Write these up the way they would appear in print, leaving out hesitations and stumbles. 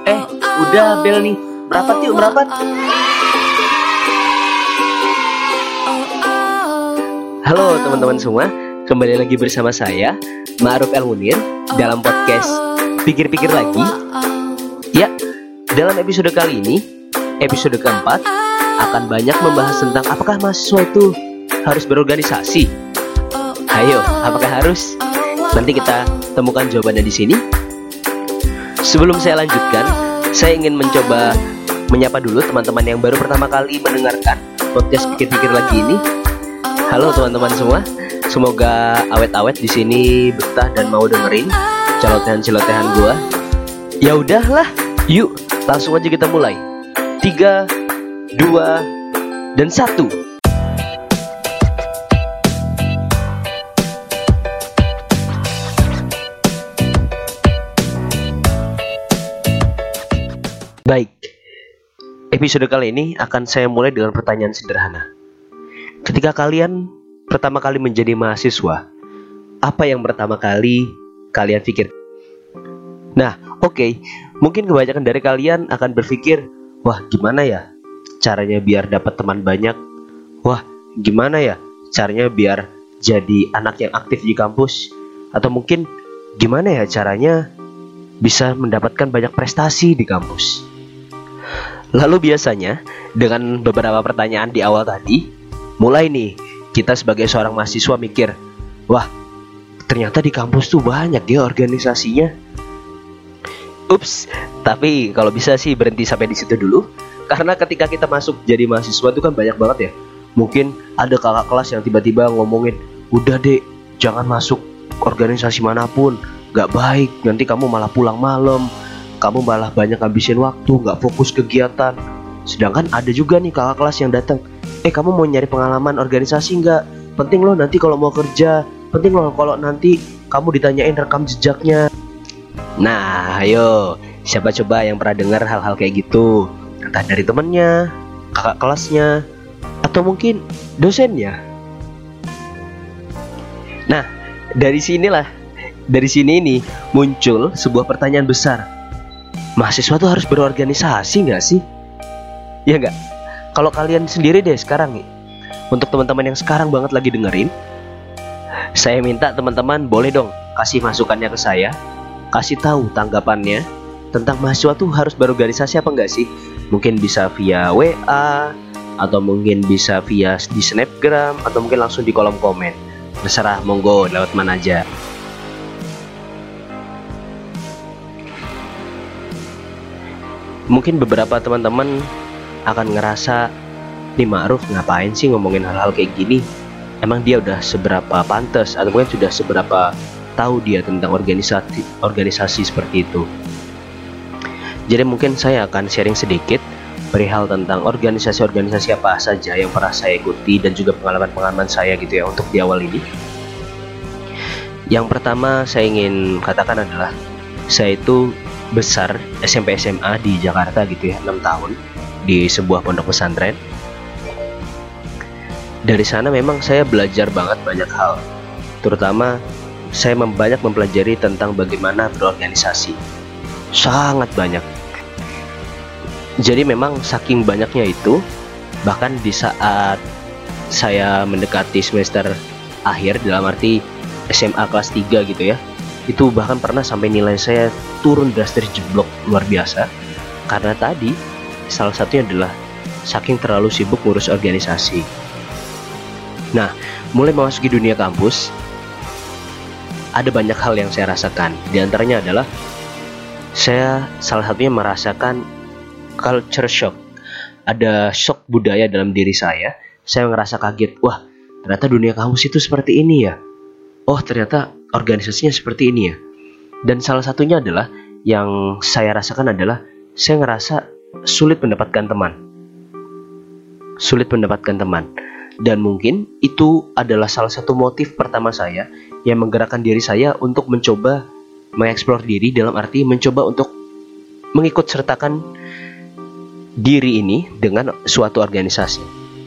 Udah bel nih. Merapat yuk, merapat. Halo teman-teman semua, kembali lagi bersama saya Ma'ruf El Munir dalam podcast Pikir-Pikir Lagi. Ya, dalam episode kali ini, episode keempat, akan banyak membahas tentang apakah mahasiswa itu harus berorganisasi. Ayo, apakah harus? Nanti kita temukan jawabannya di sini. Sebelum saya lanjutkan, saya ingin mencoba menyapa dulu teman-teman yang baru pertama kali mendengarkan podcast Pikir-Pikir Lagi ini. Halo teman-teman semua, semoga awet-awet di sini betah dan mau dengerin celotehan-celotehan gua. Ya udahlah, yuk langsung aja kita mulai. 3, 2, dan 1. Baik, episode kali ini akan saya mulai dengan pertanyaan sederhana. Ketika kalian pertama kali menjadi mahasiswa, apa yang pertama kali kalian pikir? Nah, oke, mungkin kebanyakan dari kalian akan berpikir, wah gimana ya caranya biar dapat teman banyak? Wah gimana ya caranya biar jadi anak yang aktif di kampus? Atau mungkin gimana ya caranya bisa mendapatkan banyak prestasi di kampus? Lalu biasanya dengan beberapa pertanyaan di awal tadi, mulai nih kita sebagai seorang mahasiswa mikir, wah ternyata di kampus tuh banyak ya organisasinya. Ups, tapi kalau bisa sih berhenti sampai di situ dulu. Karena ketika kita masuk jadi mahasiswa itu kan banyak banget ya. Mungkin ada kakak kelas yang tiba-tiba ngomongin, udah dek, jangan masuk organisasi manapun, gak baik, nanti kamu malah pulang malam, kamu malah banyak habisin waktu, gak fokus kegiatan. Sedangkan ada juga nih kakak kelas yang datang, kamu mau nyari pengalaman organisasi gak? Penting loh nanti kalau mau kerja, penting loh kalau nanti kamu ditanyain rekam jejaknya. Nah ayo, siapa coba yang pernah dengar hal-hal kayak gitu? Entah dari temennya, kakak kelasnya, atau mungkin dosennya. Nah, dari sini nih muncul sebuah pertanyaan besar. Mahasiswa tuh harus berorganisasi gak sih? Ya gak? Kalau kalian sendiri deh sekarang nih, untuk teman-teman yang sekarang banget lagi dengerin, saya minta teman-teman boleh dong kasih masukannya ke saya, kasih tahu tanggapannya tentang mahasiswa tuh harus berorganisasi apa enggak sih? Mungkin bisa via WA, atau mungkin bisa via di Snapgram, atau mungkin langsung di kolom komen. Terserah, monggo lewat mana aja. Mungkin beberapa teman-teman akan ngerasa, nih Ma'ruf ngapain sih ngomongin hal-hal kayak gini? Emang dia udah seberapa pantas, atau mungkin sudah seberapa tahu dia tentang organisasi seperti itu. Jadi mungkin saya akan sharing sedikit perihal tentang organisasi-organisasi apa saja yang pernah saya ikuti dan juga pengalaman-pengalaman saya gitu ya untuk di awal ini. Yang pertama saya ingin katakan adalah saya itu besar SMP SMA di Jakarta gitu ya, 6 tahun di sebuah pondok pesantren. Dari sana memang saya belajar banget banyak hal, terutama saya banyak mempelajari tentang bagaimana berorganisasi. Sangat banyak. Jadi memang saking banyaknya itu, bahkan di saat saya mendekati semester akhir, dalam arti SMA kelas 3 gitu ya, itu bahkan pernah sampai nilai saya turun drastis, jeblok luar biasa. Karena tadi salah satunya adalah saking terlalu sibuk ngurus organisasi. Nah, mulai memasuki dunia kampus, ada banyak hal yang saya rasakan. Di antaranya adalah saya salah satunya merasakan culture shock. Ada shock budaya dalam diri saya. Saya ngerasa kaget. Wah, ternyata dunia kampus itu seperti ini ya. Oh, ternyata organisasinya seperti ini ya. Dan salah satunya adalah yang saya rasakan adalah saya ngerasa sulit mendapatkan teman. Dan mungkin itu adalah salah satu motif pertama saya yang menggerakkan diri saya untuk mencoba mengeksplor diri, dalam arti mencoba untuk mengikut sertakan diri ini dengan suatu organisasi.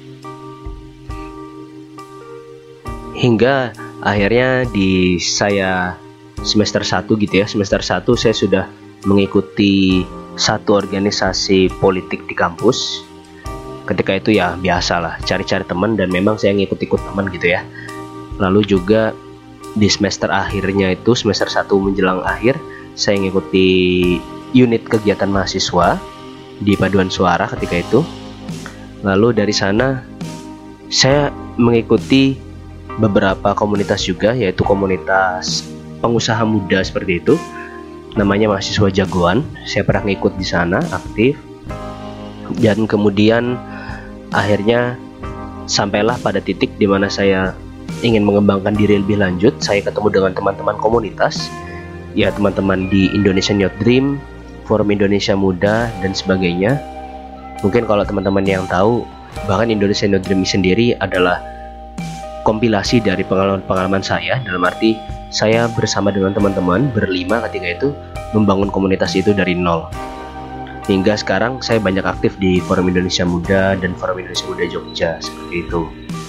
Hingga akhirnya di saya semester 1 gitu ya, semester 1 saya sudah mengikuti satu organisasi politik di kampus. Ketika itu ya biasalah cari-cari teman, dan memang saya ngikut-ikut teman gitu ya. Lalu juga di semester akhirnya itu, semester 1 menjelang akhir, saya ngikuti unit kegiatan mahasiswa di paduan suara ketika itu. Lalu dari sana saya mengikuti beberapa komunitas juga, yaitu komunitas pengusaha muda seperti itu, namanya mahasiswa jagoan. Saya pernah ngikut di sana aktif, dan kemudian akhirnya sampailah pada titik di mana saya ingin mengembangkan diri lebih lanjut. Saya ketemu dengan teman-teman komunitas, ya teman-teman di Indonesian Youth Dream, Forum Indonesia Muda, dan sebagainya. Mungkin kalau teman-teman yang tahu, bahkan Indonesian Youth Dream sendiri adalah kompilasi dari pengalaman-pengalaman saya, dalam arti saya bersama dengan teman-teman berlima ketika itu membangun komunitas itu dari nol. Hingga sekarang saya banyak aktif di Forum Indonesia Muda dan Forum Indonesia Muda Jogja, seperti itu.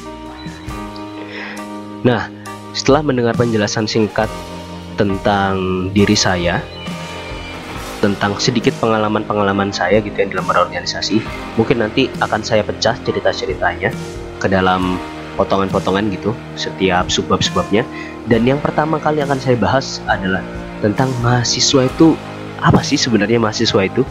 Nah, setelah mendengar penjelasan singkat tentang diri saya, tentang sedikit pengalaman-pengalaman saya gitu ya dalam berorganisasi, mungkin nanti akan saya pecah cerita-ceritanya ke dalam potongan-potongan gitu, setiap subbab-subbabnya. Dan yang pertama kali akan saya bahas adalah tentang mahasiswa itu apa sih sebenarnya mahasiswa itu.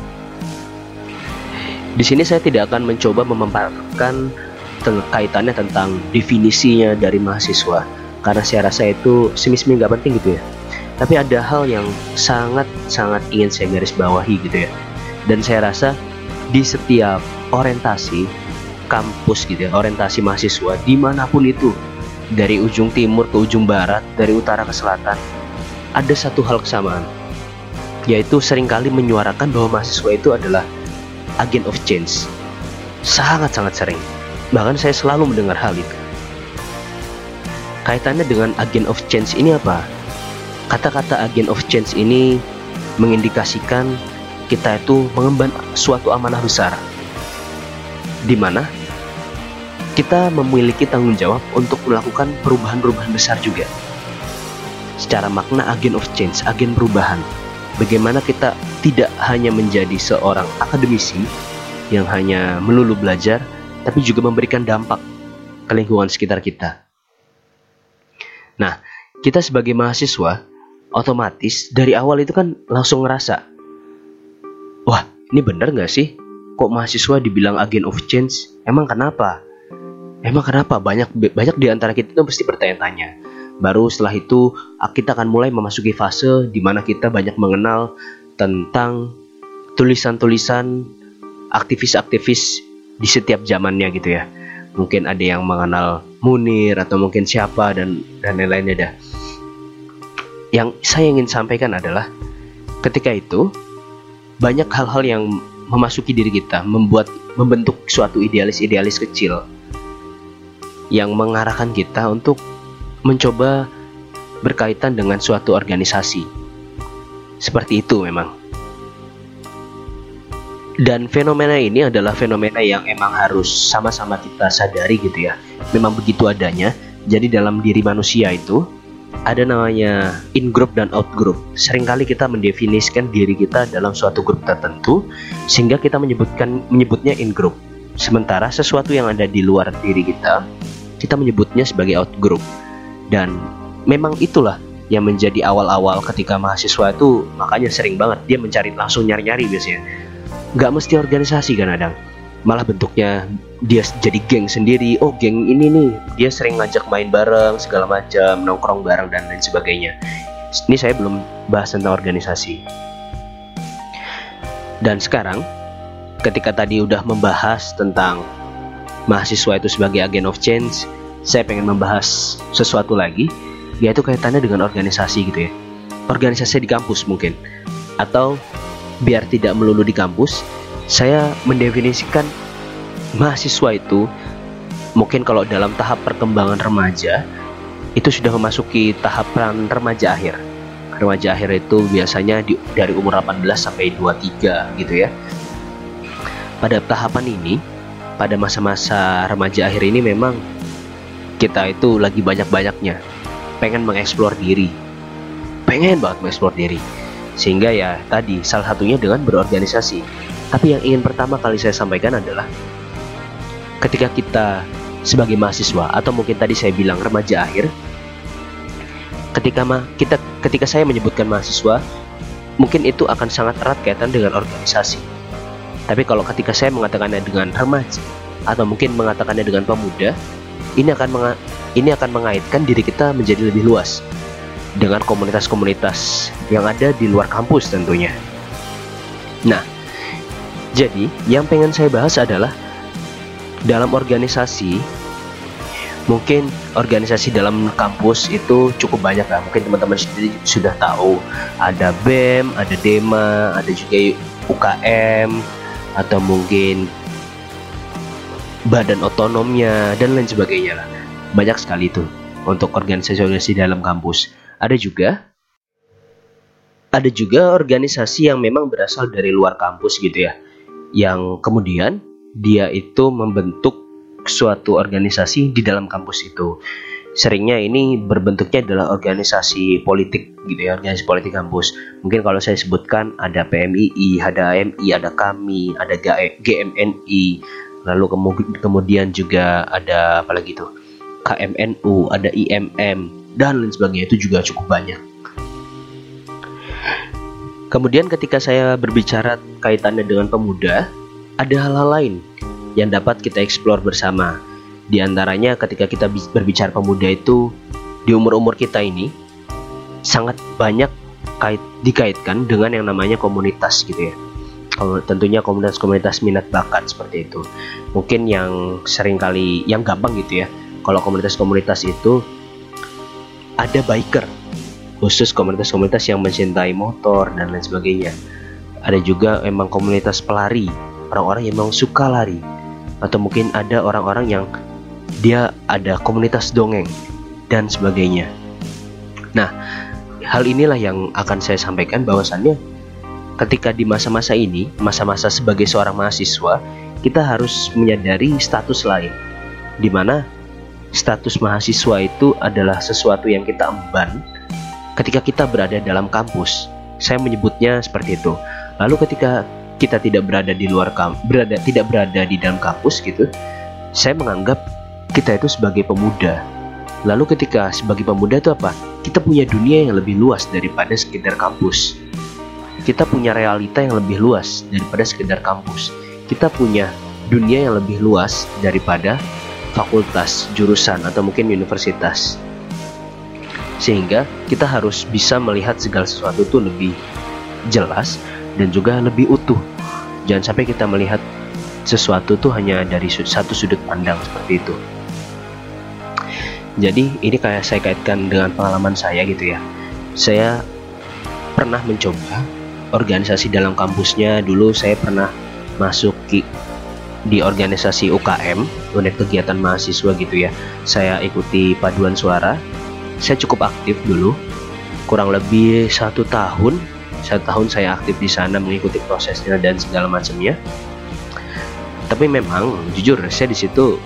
Di sini saya tidak akan mencoba memaparkan kaitannya tentang definisinya dari mahasiswa, karena saya rasa itu semi-semi nggak penting gitu ya. Tapi ada hal yang sangat-sangat ingin saya garis bawahi gitu ya. Dan saya rasa di setiap orientasi kampus gitu ya, orientasi mahasiswa dimanapun itu, dari ujung timur ke ujung barat, dari utara ke selatan, ada satu hal kesamaan, yaitu seringkali menyuarakan bahwa mahasiswa itu adalah agent of change. Sangat-sangat sering. Bahkan saya selalu mendengar hal itu. Kaitannya dengan agent of change ini apa? Kata-kata agent of change ini mengindikasikan kita itu mengemban suatu amanah besar, di mana kita memiliki tanggung jawab untuk melakukan perubahan-perubahan besar juga. Secara makna agent of change, agen perubahan. Bagaimana kita tidak hanya menjadi seorang akademisi yang hanya melulu belajar, tapi juga memberikan dampak ke lingkungan sekitar kita. Nah, kita sebagai mahasiswa otomatis dari awal itu kan langsung ngerasa, wah ini benar gak sih? Kok mahasiswa dibilang agent of change? Emang kenapa? Banyak di antara kita itu pasti bertanya-tanya. Baru setelah itu kita akan mulai memasuki fase di mana kita banyak mengenal tentang tulisan-tulisan aktivis-aktivis di setiap zamannya gitu ya. Mungkin ada yang mengenal Munir atau mungkin siapa dan lain-lainnya dah. Yang saya ingin sampaikan adalah ketika itu banyak hal-hal yang memasuki diri kita, membentuk suatu idealis kecil yang mengarahkan kita untuk mencoba berkaitan dengan suatu organisasi. Seperti itu memang. Dan fenomena ini adalah fenomena yang emang harus sama-sama kita sadari gitu ya. Memang begitu adanya. Jadi dalam diri manusia itu ada namanya in group dan out group. Seringkali kita mendefinisikan diri kita dalam suatu grup tertentu sehingga kita menyebutnya in group. Sementara sesuatu yang ada di luar diri kita menyebutnya sebagai out group. Dan memang itulah yang menjadi awal-awal ketika mahasiswa itu, makanya sering banget dia langsung nyari-nyari biasanya. Gak mesti organisasi kadang-kadang, malah bentuknya dia jadi geng sendiri. Oh geng ini nih, dia sering ngajak main bareng segala macam, nongkrong bareng dan lain sebagainya. Ini saya belum bahas tentang organisasi. Dan sekarang ketika tadi udah membahas tentang mahasiswa itu sebagai agent of change, saya pengen membahas sesuatu lagi, yaitu kaitannya dengan organisasi gitu ya. Organisasi di kampus mungkin, atau biar tidak melulu di kampus, saya mendefinisikan mahasiswa itu mungkin kalau dalam tahap perkembangan remaja itu sudah memasuki tahapan remaja akhir. Remaja akhir itu biasanya dari umur 18 sampai 23 gitu ya. Pada tahapan ini, pada masa-masa remaja akhir ini memang kita itu lagi banyak-banyaknya pengen mengeksplor diri. Pengen banget mengeksplor diri. Sehingga ya tadi salah satunya dengan berorganisasi. Tapi yang ingin pertama kali saya sampaikan adalah ketika kita sebagai mahasiswa atau mungkin tadi saya bilang remaja akhir, ketika saya menyebutkan mahasiswa, mungkin itu akan sangat erat kaitan dengan organisasi. Tapi kalau ketika saya mengatakannya dengan remaja atau mungkin mengatakannya dengan pemuda, ini akan mengaitkan diri kita menjadi lebih luas dengan komunitas-komunitas yang ada di luar kampus tentunya. Nah, jadi yang pengen saya bahas adalah dalam organisasi. Mungkin organisasi dalam kampus itu cukup banyak lah. Mungkin teman-teman sendiri sudah tahu ada BEM, ada DEMA, ada juga UKM, atau mungkin badan otonomnya dan lain sebagainya lah. Banyak sekali itu untuk organisasi-organisasi dalam kampus. Ada juga organisasi yang memang berasal dari luar kampus gitu ya, yang kemudian dia itu membentuk suatu organisasi di dalam kampus itu. Seringnya ini berbentuknya adalah organisasi politik gitu ya, organisasi politik kampus. Mungkin kalau saya sebutkan ada PMII, ada AMI, ada KAMI, ada GMNI, lalu kemudian juga ada apa lagi tuh, KMNU, ada IMM dan lain sebagainya. Itu juga cukup banyak. Kemudian ketika saya berbicara kaitannya dengan pemuda, ada hal-hal lain yang dapat kita eksplor bersama. Di antaranya ketika kita berbicara pemuda itu, di umur-umur kita ini sangat banyak dikaitkan dengan yang namanya komunitas gitu ya. Tentunya komunitas-komunitas minat bakat seperti itu. Mungkin yang seringkali, yang gampang gitu ya, kalau komunitas-komunitas itu ada biker, khusus komunitas-komunitas yang mencintai motor dan lain sebagainya. Ada juga memang komunitas pelari, orang-orang yang memang suka lari. Atau mungkin ada orang-orang yang dia ada komunitas dongeng dan sebagainya. Nah, hal inilah yang akan saya sampaikan bahwasannya ketika di masa-masa ini, masa-masa sebagai seorang mahasiswa, kita harus menyadari status lain, di mana status mahasiswa itu adalah sesuatu yang kita emban ketika kita berada dalam kampus. Saya menyebutnya seperti itu. Lalu ketika kita tidak berada di dalam kampus gitu, saya menganggap kita itu sebagai pemuda. Lalu ketika sebagai pemuda itu apa? Kita punya dunia yang lebih luas daripada sekedar kampus. Kita punya realita yang lebih luas daripada sekedar kampus. Kita punya dunia yang lebih luas daripada fakultas, jurusan, atau mungkin universitas. Sehingga kita harus bisa melihat segala sesuatu itu lebih jelas dan juga lebih utuh. Jangan sampai kita melihat sesuatu itu hanya dari satu sudut pandang seperti itu. Jadi ini kayak saya kaitkan dengan pengalaman saya gitu ya. Saya pernah mencoba organisasi dalam kampusnya. Dulu saya pernah masuk di organisasi UKM, unit kegiatan mahasiswa gitu ya. Saya ikuti paduan suara. Saya cukup aktif dulu, kurang lebih 1 tahun saya aktif di sana mengikuti prosesnya dan segala macamnya. Tapi memang jujur saya di situ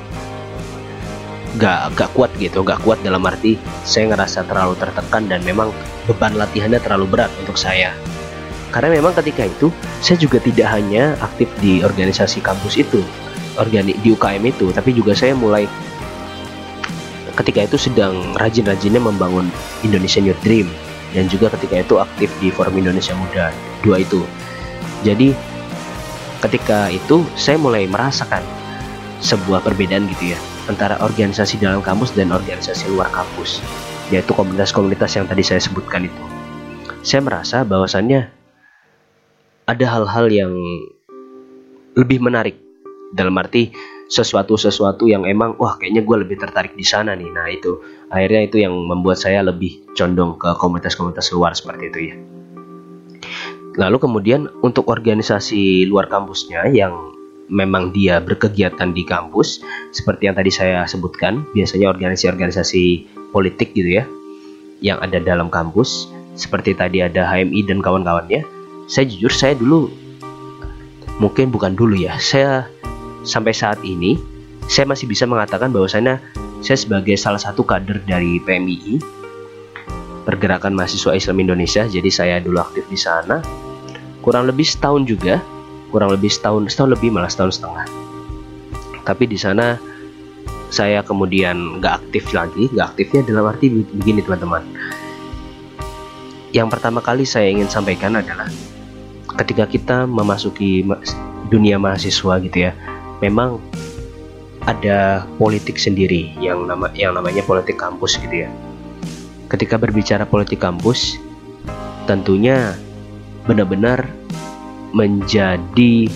gak kuat gitu, gak kuat dalam arti saya ngerasa terlalu tertekan dan memang beban latihannya terlalu berat untuk saya. Karena memang ketika itu saya juga tidak hanya aktif di organisasi kampus itu, di UKM itu, tapi juga saya mulai ketika itu sedang rajin-rajinnya membangun Indonesian Youth Dream, dan juga ketika itu aktif di Forum Indonesia Muda, 2 itu. Jadi ketika itu saya mulai merasakan sebuah perbedaan gitu ya antara organisasi dalam kampus dan organisasi luar kampus, yaitu komunitas-komunitas yang tadi saya sebutkan itu. Saya merasa bahwasannya ada hal-hal yang lebih menarik, dalam arti sesuatu yang emang kayaknya gue lebih tertarik di sana nih. Nah itu akhirnya itu yang membuat saya lebih condong ke komunitas-komunitas luar seperti itu ya. Lalu kemudian untuk organisasi luar kampusnya yang memang dia berkegiatan di kampus, seperti yang tadi saya sebutkan, biasanya organisasi-organisasi politik gitu ya yang ada dalam kampus, seperti tadi ada HMI dan kawan-kawannya. Saya dulu, mungkin bukan dulu ya, saya sampai saat ini saya masih bisa mengatakan bahwasannya saya sebagai salah satu kader dari PMII Pergerakan Mahasiswa Islam Indonesia. Jadi saya dulu aktif di sana kurang lebih setahun juga, setahun lebih, malah setahun setengah. Tapi di sana saya kemudian nggak aktif lagi. Nggak aktifnya dalam arti begini teman-teman. Yang pertama kali saya ingin sampaikan adalah ketika kita memasuki dunia mahasiswa gitu ya, memang ada politik sendiri yang namanya politik kampus gitu ya. Ketika berbicara politik kampus, tentunya benar-benar menjadi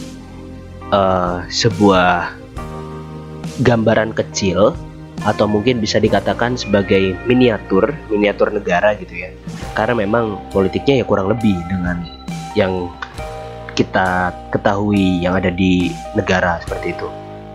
sebuah gambaran kecil, atau mungkin bisa dikatakan sebagai miniatur negara gitu ya. Karena memang politiknya ya kurang lebih dengan yang kita ketahui yang ada di negara seperti itu.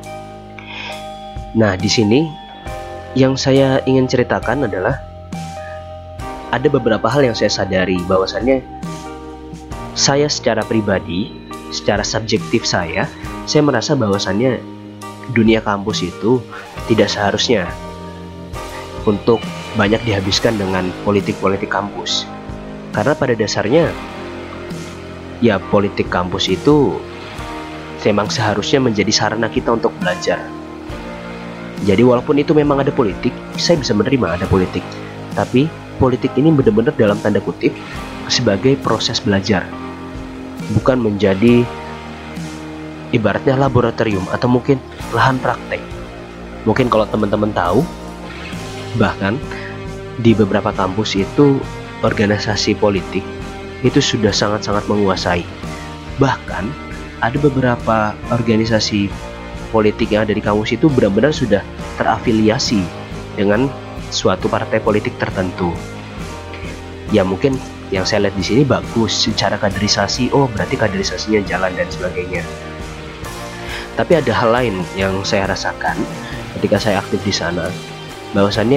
Nah, di sini yang saya ingin ceritakan adalah ada beberapa hal yang saya sadari bahwasannya saya secara pribadi, secara subjektif saya merasa bahwasannya dunia kampus itu tidak seharusnya untuk banyak dihabiskan dengan politik-politik kampus. Karena pada dasarnya ya politik kampus itu memang seharusnya menjadi sarana kita untuk belajar. Jadi walaupun itu memang ada politik, saya bisa menerima ada politik. Tapi politik ini benar-benar dalam tanda kutip sebagai proses belajar, bukan menjadi ibaratnya laboratorium atau mungkin lahan praktek. Mungkin kalau teman-teman tahu, bahkan di beberapa kampus itu organisasi politik itu sudah sangat-sangat menguasai. Bahkan ada beberapa organisasi politik yang ada di kampus itu benar-benar sudah terafiliasi dengan suatu partai politik tertentu. Ya mungkin yang saya lihat di sini bagus secara kaderisasi, oh berarti kaderisasinya jalan dan sebagainya. Tapi ada hal lain yang saya rasakan ketika saya aktif di sana, bahwasannya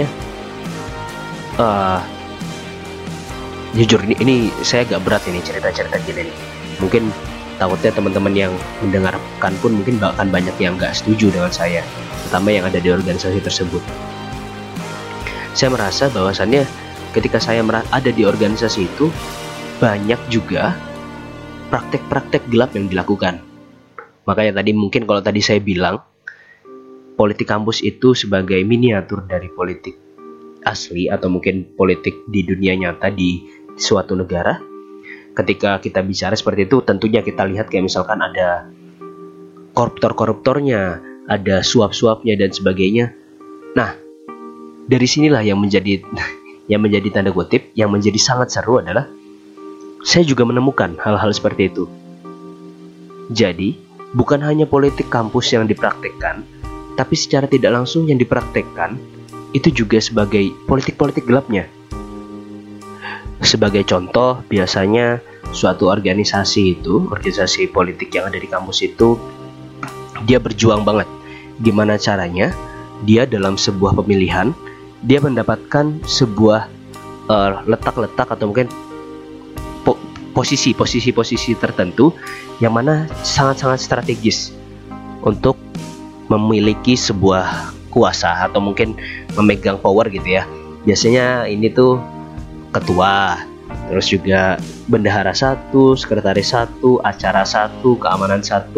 jujur ini saya agak berat ini cerita-cerita gini nih. Mungkin takutnya teman-teman yang mendengarkan pun mungkin bahkan banyak yang nggak setuju dengan saya, terutama yang ada di organisasi tersebut. Saya merasa bahwasannya ketika saya ada di organisasi itu banyak juga praktek-praktek gelap yang dilakukan. Makanya tadi mungkin kalau tadi saya bilang politik kampus itu sebagai miniatur dari politik asli atau mungkin politik di dunia nyata di suatu negara. Ketika kita bicara seperti itu, tentunya kita lihat kayak misalkan ada koruptor-koruptornya, ada suap-suapnya dan sebagainya. Nah, dari sinilah yang menjadi tanda kutip, yang menjadi sangat seru adalah saya juga menemukan hal-hal seperti itu. Jadi, bukan hanya politik kampus yang dipraktekkan, tapi secara tidak langsung yang dipraktekkan itu juga sebagai politik-politik gelapnya. Sebagai contoh, biasanya suatu organisasi politik yang ada di kampus itu, dia berjuang banget. Gimana caranya dia dalam sebuah pemilihan, dia mendapatkan sebuah letak-letak atau mungkin posisi-posisi tertentu yang mana sangat-sangat strategis untuk memiliki sebuah kuasa atau mungkin memegang power gitu ya. Biasanya ini tuh ketua, terus juga bendahara 1, sekretaris 1, acara 1, keamanan 1.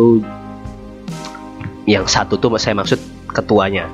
Yang 1 tuh saya maksud ketuanya.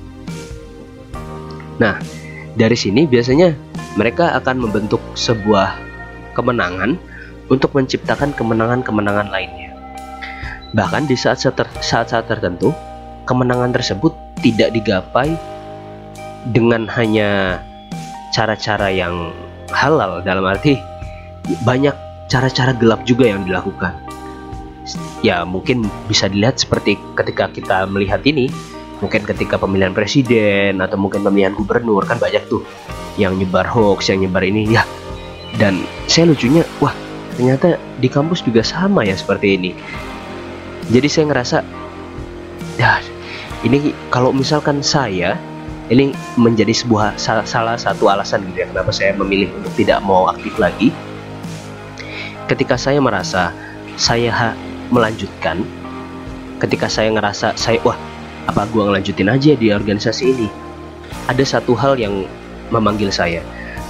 Nah, dari sini biasanya mereka akan membentuk sebuah kemenangan untuk menciptakan kemenangan-kemenangan lainnya. Bahkan di saat-saat tertentu, kemenangan tersebut tidak digapai dengan hanya cara-cara yang halal, dalam arti banyak cara-cara gelap juga yang dilakukan. Ya mungkin bisa dilihat seperti ketika kita melihat ini, mungkin ketika pemilihan presiden atau mungkin pemilihan gubernur, kan banyak tuh yang nyebar hoax, yang nyebar ini ya. Dan saya lucunya, wah ternyata di kampus juga sama ya seperti ini. Jadi saya ngerasa, ya ini kalau misalkan saya, ini menjadi salah satu alasan gitu ya kenapa saya memilih untuk tidak mau aktif lagi. Ketika saya merasa saya melanjutkan, ketika saya ngerasa apa gua ngelanjutin aja di organisasi ini, ada satu hal yang memanggil saya.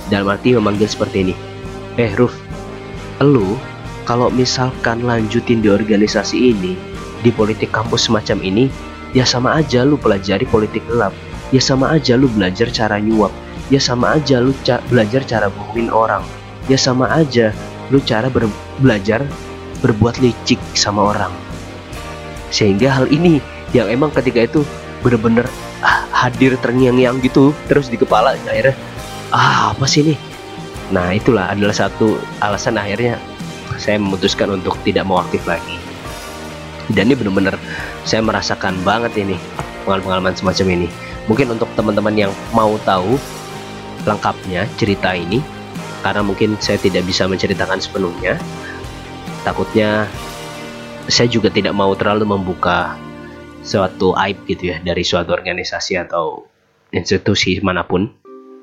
dalam arti memanggil seperti ini. Ruf, lu kalau misalkan lanjutin di organisasi ini, di politik kampus semacam ini, ya sama aja lu pelajari politik gelap, ya sama aja lu belajar cara nyuap, ya sama aja lu belajar cara bohongin orang, ya sama aja lu cara belajar berbuat licik sama orang. Sehingga hal ini yang emang ketika itu bener-bener hadir terngiang-ngiang gitu terus di kepala, akhirnya apa sih ini. Nah, itulah adalah satu alasan akhirnya saya memutuskan untuk tidak mau aktif lagi. Dan ini benar-benar saya merasakan banget ini pengalaman semacam ini. Mungkin untuk teman-teman yang mau tahu lengkapnya cerita ini, karena mungkin saya tidak bisa menceritakan sepenuhnya, takutnya saya juga tidak mau terlalu membuka suatu aib gitu ya dari suatu organisasi atau institusi manapun.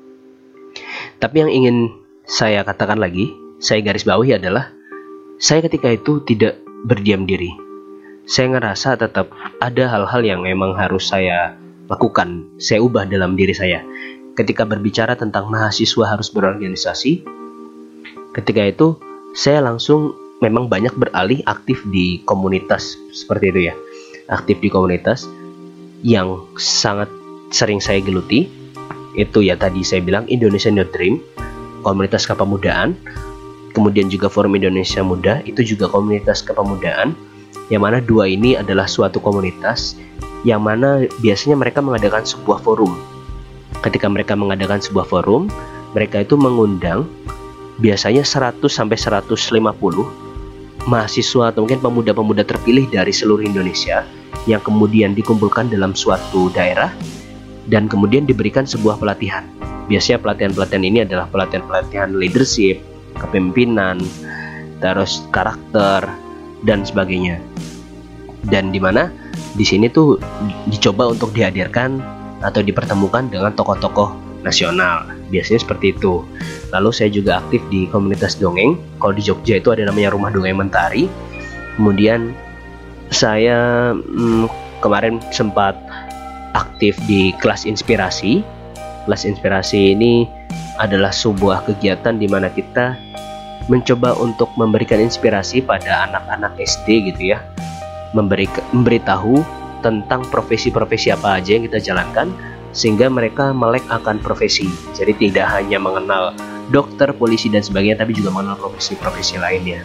Tapi yang ingin saya katakan lagi, saya garis bawahi adalah saya ketika itu tidak berdiam diri. Saya ngerasa tetap ada hal-hal yang memang harus saya lakukan, saya ubah dalam diri saya. Ketika berbicara tentang mahasiswa harus berorganisasi, ketika itu saya langsung memang banyak beralih aktif di komunitas seperti itu ya. Aktif di komunitas yang sangat sering saya geluti, itu ya tadi saya bilang Indonesian Youth Dream, komunitas kepemudaan, kemudian juga Forum Indonesia Muda, itu juga komunitas kepemudaan, yang mana dua ini adalah suatu komunitas yang mana biasanya mereka mengadakan sebuah forum. Ketika mereka mengadakan sebuah forum, mereka itu mengundang biasanya 100 sampai 150 mahasiswa atau mungkin pemuda-pemuda terpilih dari seluruh Indonesia yang kemudian dikumpulkan dalam suatu daerah dan kemudian diberikan sebuah pelatihan. Biasanya pelatihan-pelatihan ini adalah pelatihan-pelatihan leadership, kepemimpinan, terus karakter dan sebagainya. Dan di mana di sini tuh dicoba untuk dihadirkan atau dipertemukan dengan tokoh-tokoh nasional. Biasanya seperti itu. Lalu saya juga aktif di komunitas dongeng. Kalau di Jogja itu ada namanya Rumah Dongeng Mentari. Kemudian saya kemarin sempat aktif di kelas inspirasi. Kelas inspirasi ini adalah sebuah kegiatan di mana kita mencoba untuk memberikan inspirasi pada anak-anak SD gitu ya. Memberitahu tentang profesi-profesi apa aja yang kita jalankan sehingga mereka melek akan profesi. Jadi tidak hanya mengenal dokter, polisi dan sebagainya, tapi juga mengenal profesi-profesi lainnya.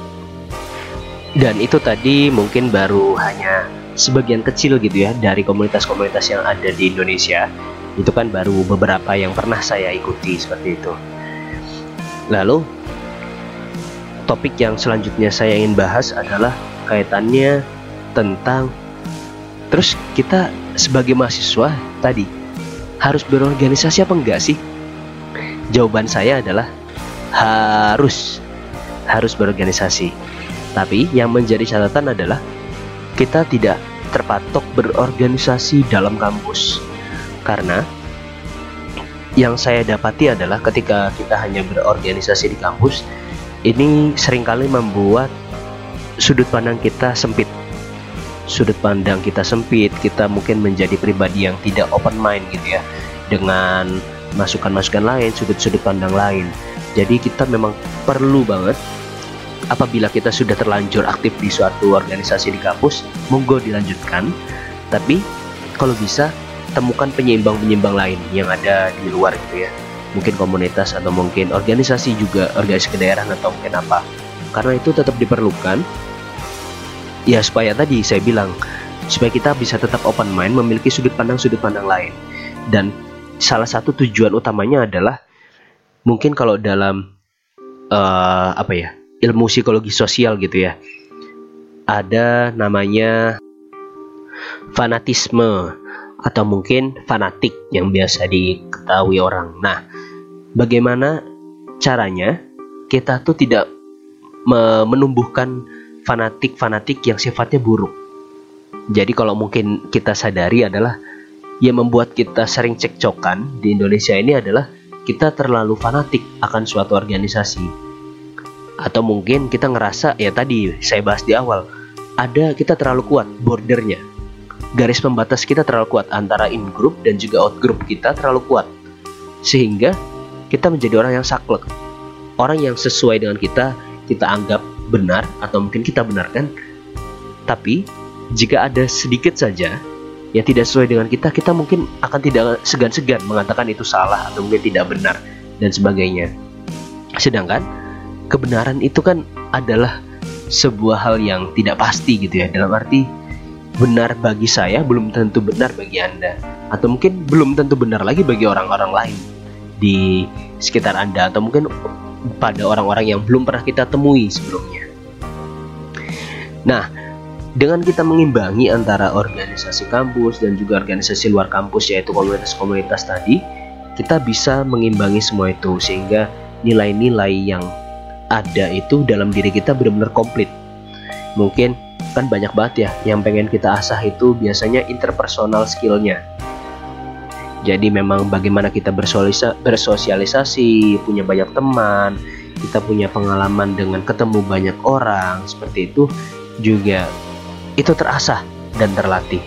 Dan itu tadi mungkin baru hanya sebagian kecil gitu ya dari komunitas-komunitas yang ada di Indonesia. Itu kan baru beberapa yang pernah saya ikuti seperti itu. Lalu topik yang selanjutnya saya ingin bahas adalah kaitannya tentang terus kita sebagai mahasiswa tadi harus berorganisasi apa enggak sih? Jawaban saya adalah harus berorganisasi. Tapi yang menjadi catatan adalah kita tidak terpatok berorganisasi dalam kampus. Karena yang saya dapati adalah ketika kita hanya berorganisasi di kampus, ini seringkali membuat sudut pandang kita sempit. Sudut pandang kita sempit, kita mungkin menjadi pribadi yang tidak open mind gitu ya, dengan masukan-masukan lain, sudut-sudut pandang lain. Jadi kita memang perlu banget, apabila kita sudah terlanjur aktif di suatu organisasi di kampus, monggo dilanjutkan. Tapi kalau bisa temukan penyeimbang-penyeimbang lain yang ada di luar gitu ya. Mungkin komunitas atau mungkin organisasi juga, organisasi kedaerahan atau mungkin apa. Karena itu tetap diperlukan. Ya supaya tadi saya bilang, supaya kita bisa tetap open mind, memiliki sudut pandang lain. Dan salah satu tujuan utamanya adalah mungkin kalau dalam ilmu psikologi sosial gitu ya, ada namanya fanatisme atau mungkin fanatik yang biasa diketahui orang. Nah, bagaimana caranya kita tuh tidak menumbuhkan fanatik yang sifatnya buruk. Jadi kalau mungkin kita sadari adalah yang membuat kita sering cekcokan di Indonesia ini adalah kita terlalu fanatik akan suatu organisasi. Atau mungkin kita ngerasa, ya tadi saya bahas di awal, ada kita terlalu kuat bordernya. Garis pembatas kita terlalu kuat antara in group dan juga out group kita terlalu kuat. Sehingga kita menjadi orang yang saklek, orang yang sesuai dengan kita anggap benar atau mungkin kita benarkan. Tapi jika ada sedikit saja yang tidak sesuai dengan kita mungkin akan tidak segan-segan mengatakan itu salah atau mungkin tidak benar dan sebagainya. Sedangkan kebenaran itu kan adalah sebuah hal yang tidak pasti gitu ya, dalam arti benar bagi saya belum tentu benar bagi Anda, atau mungkin belum tentu benar lagi bagi orang-orang lain di sekitar Anda, atau mungkin pada orang-orang yang belum pernah kita temui sebelumnya. Nah, dengan kita mengimbangi antara organisasi kampus dan juga organisasi luar kampus, yaitu komunitas-komunitas tadi, kita bisa mengimbangi semua itu sehingga nilai-nilai yang ada itu dalam diri kita benar-benar komplit. Mungkin kan banyak banget ya yang pengen kita asah itu biasanya interpersonal skillnya. Jadi memang bagaimana kita bersosialisasi, punya banyak teman, kita punya pengalaman dengan ketemu banyak orang, seperti itu juga itu terasah dan terlatih.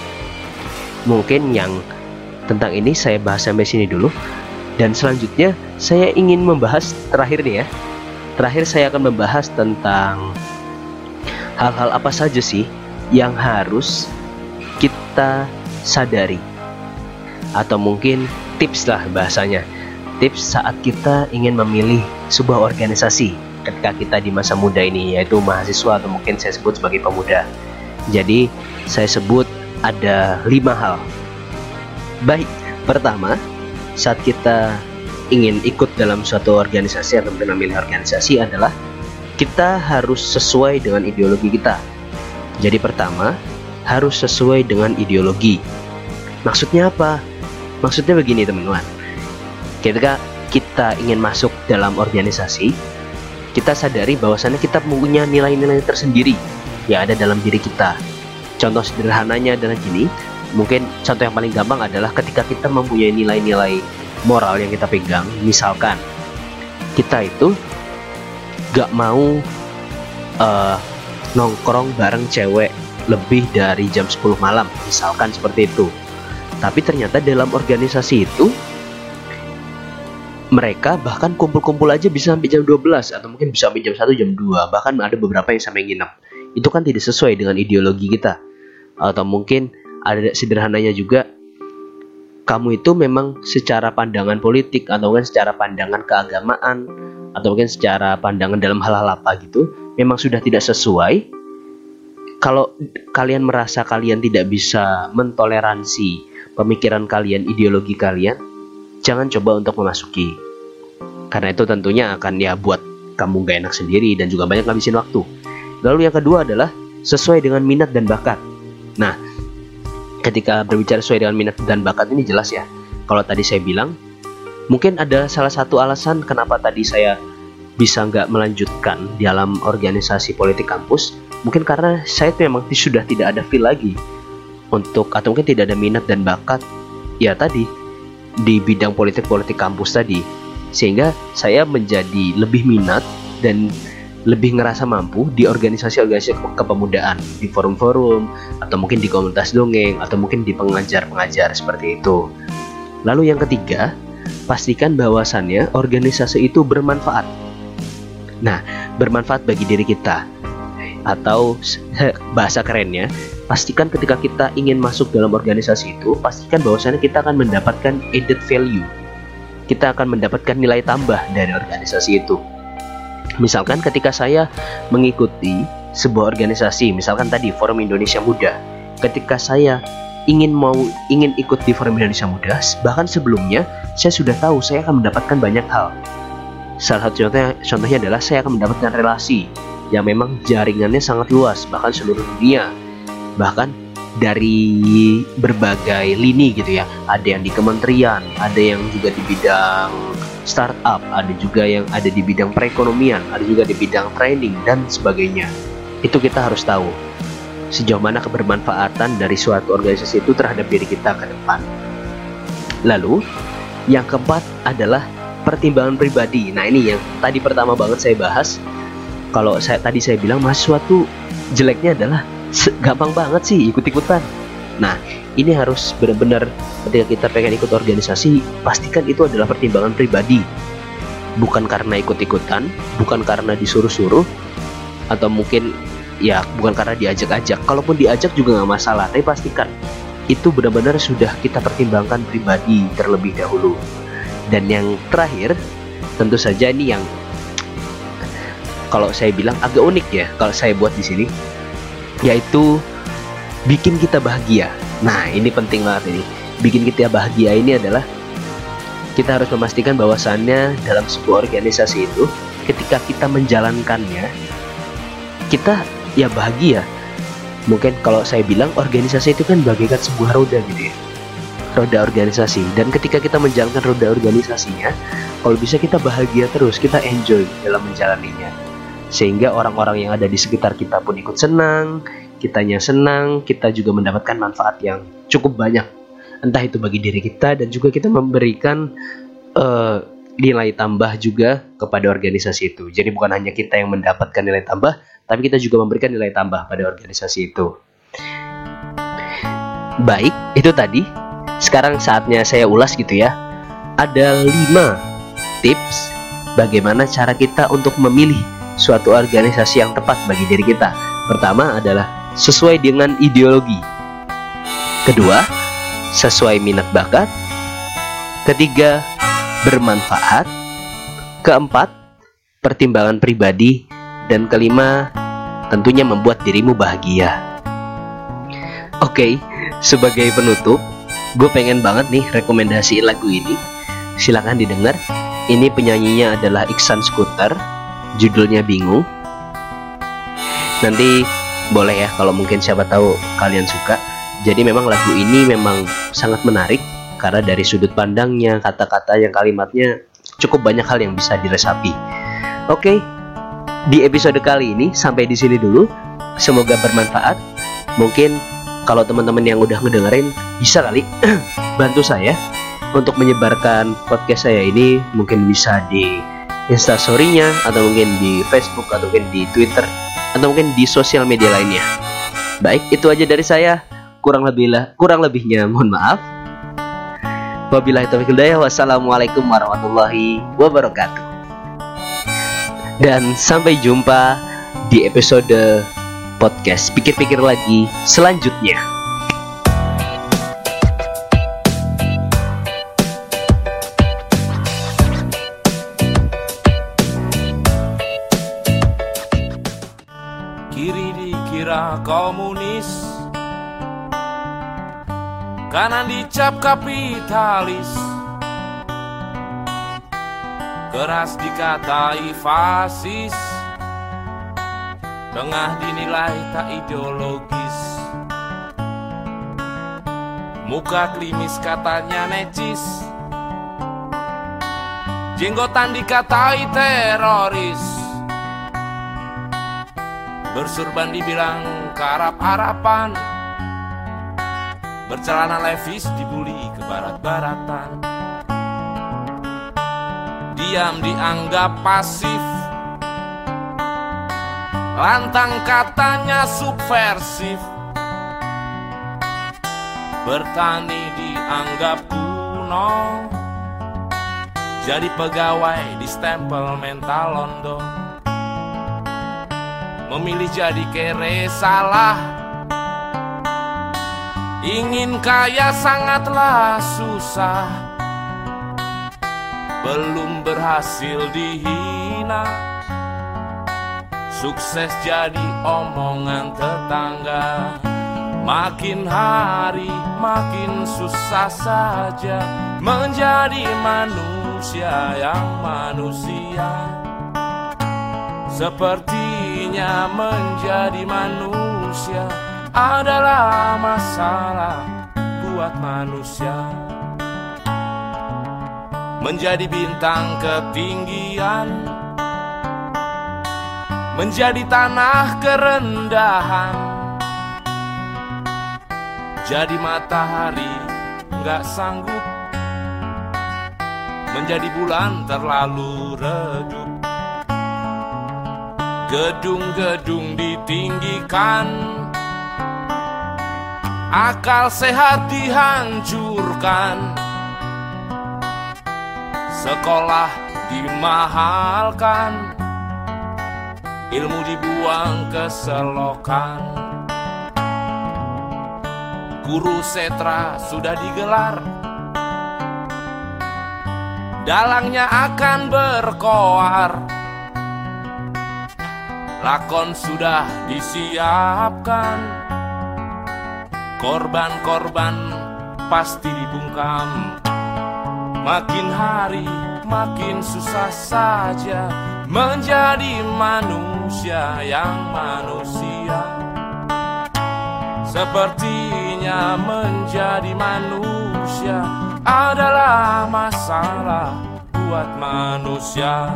Mungkin yang tentang ini saya bahas sampai sini dulu, dan selanjutnya saya ingin membahas terakhir nih ya. Terakhir saya akan membahas tentang hal-hal apa saja sih yang harus kita sadari, atau mungkin tips lah bahasanya, tips saat kita ingin memilih sebuah organisasi ketika kita di masa muda ini, yaitu mahasiswa atau mungkin saya sebut sebagai pemuda. Jadi saya sebut ada 5 hal. Baik, pertama, saat kita ingin ikut dalam suatu organisasi atau memilih organisasi adalah kita harus sesuai dengan ideologi kita. Jadi pertama, harus sesuai dengan ideologi. Maksudnya apa? Maksudnya begini teman-teman. Ketika kita ingin masuk dalam organisasi, kita sadari bahwasannya kita punya nilai-nilai tersendiri yang ada dalam diri kita. Contoh sederhananya adalah gini. Mungkin contoh yang paling gampang adalah ketika kita mempunyai nilai-nilai moral yang kita pegang. Misalkan kita itu gak mau nongkrong bareng cewek lebih dari jam 10 malam, misalkan seperti itu. Tapi ternyata dalam organisasi itu mereka bahkan kumpul-kumpul aja bisa sampai jam 12 atau mungkin bisa sampai jam 1, jam 2, bahkan ada beberapa yang sampai nginep. Itu kan tidak sesuai dengan ideologi kita. Atau mungkin ada sederhananya juga, kamu itu memang secara pandangan politik atau mungkin secara pandangan keagamaan atau mungkin secara pandangan dalam hal-hal apa gitu memang sudah tidak sesuai. Kalau kalian merasa kalian tidak bisa mentoleransi pemikiran kalian, ideologi kalian, jangan coba untuk memasuki. Karena itu tentunya akan ya buat kamu gak enak sendiri dan juga banyak ngabisin waktu. Lalu yang kedua adalah sesuai dengan minat dan bakat. Nah, ketika berbicara sesuai dengan minat dan bakat ini jelas ya. Kalau tadi saya bilang, mungkin ada salah satu alasan kenapa tadi saya bisa nggak melanjutkan dalam organisasi politik kampus. Mungkin karena saya memang sudah tidak ada feel lagi untuk, atau mungkin tidak ada minat dan bakat ya tadi di bidang politik kampus tadi. Sehingga saya menjadi lebih minat dan lebih ngerasa mampu di organisasi-organisasi kepemudaan, di forum-forum, atau mungkin di komunitas dongeng, atau mungkin di pengajar-pengajar seperti itu. Lalu yang ketiga, pastikan bahwasannya organisasi itu bermanfaat. Nah, bermanfaat bagi diri kita. Atau bahasa kerennya, pastikan ketika kita ingin masuk dalam organisasi itu, pastikan bahwasannya kita akan mendapatkan added value. Kita akan mendapatkan nilai tambah dari organisasi itu. Misalkan ketika saya mengikuti sebuah organisasi, misalkan tadi Forum Indonesia Muda, ketika saya ingin ikut di Forum Indonesia Muda, bahkan sebelumnya saya sudah tahu saya akan mendapatkan banyak hal. Salah satu contohnya adalah saya akan mendapatkan relasi yang memang jaringannya sangat luas, bahkan seluruh dunia, bahkan dari berbagai lini gitu ya. Ada yang di kementerian, ada yang juga di bidang startup, ada juga yang ada di bidang perekonomian, ada juga di bidang training dan sebagainya. Itu kita harus tahu sejauh mana kebermanfaatan dari suatu organisasi itu terhadap diri kita ke depan. Lalu yang keempat adalah pertimbangan pribadi. Nah, ini yang tadi pertama banget saya bahas. Kalau tadi saya bilang mahasiswa tuh jeleknya adalah gampang banget sih ikut-ikutan. Nah, ini harus benar-benar ketika kita pengen ikut organisasi, pastikan itu adalah pertimbangan pribadi, bukan karena ikut-ikutan, bukan karena disuruh-suruh, atau mungkin ya bukan karena diajak-ajak. Kalaupun diajak juga nggak masalah, tapi pastikan itu benar-benar sudah kita pertimbangkan pribadi terlebih dahulu. Dan yang terakhir, tentu saja ini yang kalau saya bilang agak unik ya, kalau saya buat di sini, yaitu bikin kita bahagia. Nah, ini penting banget ini. Bikin kita bahagia ini adalah kita harus memastikan bahwasannya dalam sebuah organisasi itu, ketika kita menjalankannya, kita ya bahagia. Mungkin kalau saya bilang organisasi itu kan bagaikan sebuah roda gitu ya, roda organisasi. Dan ketika kita menjalankan roda organisasinya, kalau bisa kita bahagia terus, kita enjoy dalam menjalaninya, sehingga orang-orang yang ada di sekitar kita pun ikut senang, kitanya senang, kita juga mendapatkan manfaat yang cukup banyak, entah itu bagi diri kita dan juga kita memberikan nilai tambah juga kepada organisasi itu. Jadi bukan hanya kita yang mendapatkan nilai tambah, tapi kita juga memberikan nilai tambah pada organisasi itu. Baik, itu tadi. Sekarang saatnya saya ulas gitu ya. Ada 5 tips bagaimana cara kita untuk memilih suatu organisasi yang tepat bagi diri kita. Pertama adalah sesuai dengan ideologi. Kedua, sesuai minat bakat. Ketiga, bermanfaat. Keempat, pertimbangan pribadi. Dan kelima, tentunya membuat dirimu bahagia. Oke, sebagai penutup, gue pengen banget nih rekomendasiin lagu ini. Silakan didengar. Ini penyanyinya adalah Iksan Skuter. Judulnya Bingung. Nanti boleh ya kalau mungkin siapa tahu kalian suka. Jadi memang lagu ini memang sangat menarik karena dari sudut pandangnya, kata-katanya, kalimatnya cukup banyak hal yang bisa diresapi. Oke, di episode kali ini sampai di sini dulu. Semoga bermanfaat. Mungkin kalau teman-teman yang udah ngedengerin bisa kali bantu saya untuk menyebarkan podcast saya ini, mungkin bisa di Instastory-nya, atau mungkin di Facebook, atau mungkin di Twitter, atau mungkin di sosial media lainnya. Baik, itu aja dari saya. Kurang lebihnya mohon maaf. Wabillahi taufiq wal hidayah. Wassalamualaikum warahmatullahi wabarakatuh. Dan sampai jumpa di episode podcast Pikir-pikir lagi selanjutnya. Kiri dikira komunis, kanan dicap kapitalis, keras dikatai fasis, tengah dinilai tak ideologis, muka klimis katanya necis, jenggotan dikatai teroris, bersurban dibilang karap-harapan, bercelana levis dibully ke barat-baratan, diam dianggap pasif, lantang katanya subversif, bertani dianggap kuno, jadi pegawai di stempel mental londo, memilih jadi kere salah, ingin kaya sangatlah susah, belum berhasil dihina, sukses jadi omongan tetangga, makin hari makin susah saja menjadi manusia yang manusia. Sepertinya menjadi manusia adalah masalah buat manusia. Menjadi bintang ketinggian, menjadi tanah kerendahan, jadi matahari gak sanggup, menjadi bulan terlalu redup. Gedung-gedung ditinggikan, akal sehat dihancurkan, sekolah dimahalkan, ilmu dibuang ke selokan. Guru setra sudah digelar, dalangnya akan berkoar, lakon sudah disiapkan, korban-korban pasti dibungkam. Makin hari makin susah saja menjadi manusia yang manusia. Sepertinya menjadi manusia adalah masalah buat manusia.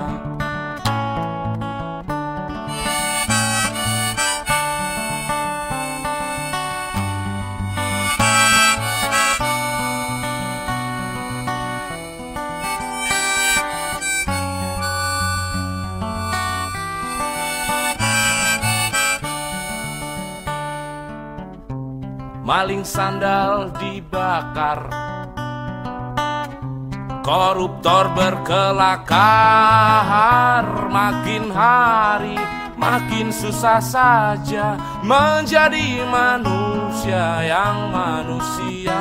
Maling sandal dibakar, koruptor berkelakar. Makin hari makin susah saja menjadi manusia yang manusia.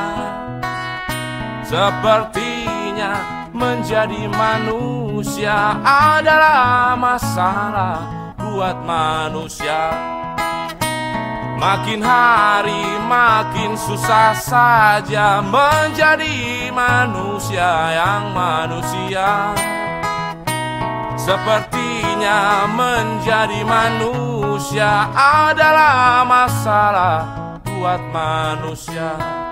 Sepertinya menjadi manusia adalah masalah buat manusia. Makin hari makin susah saja menjadi manusia yang manusia. Sepertinya menjadi manusia adalah masalah buat manusia.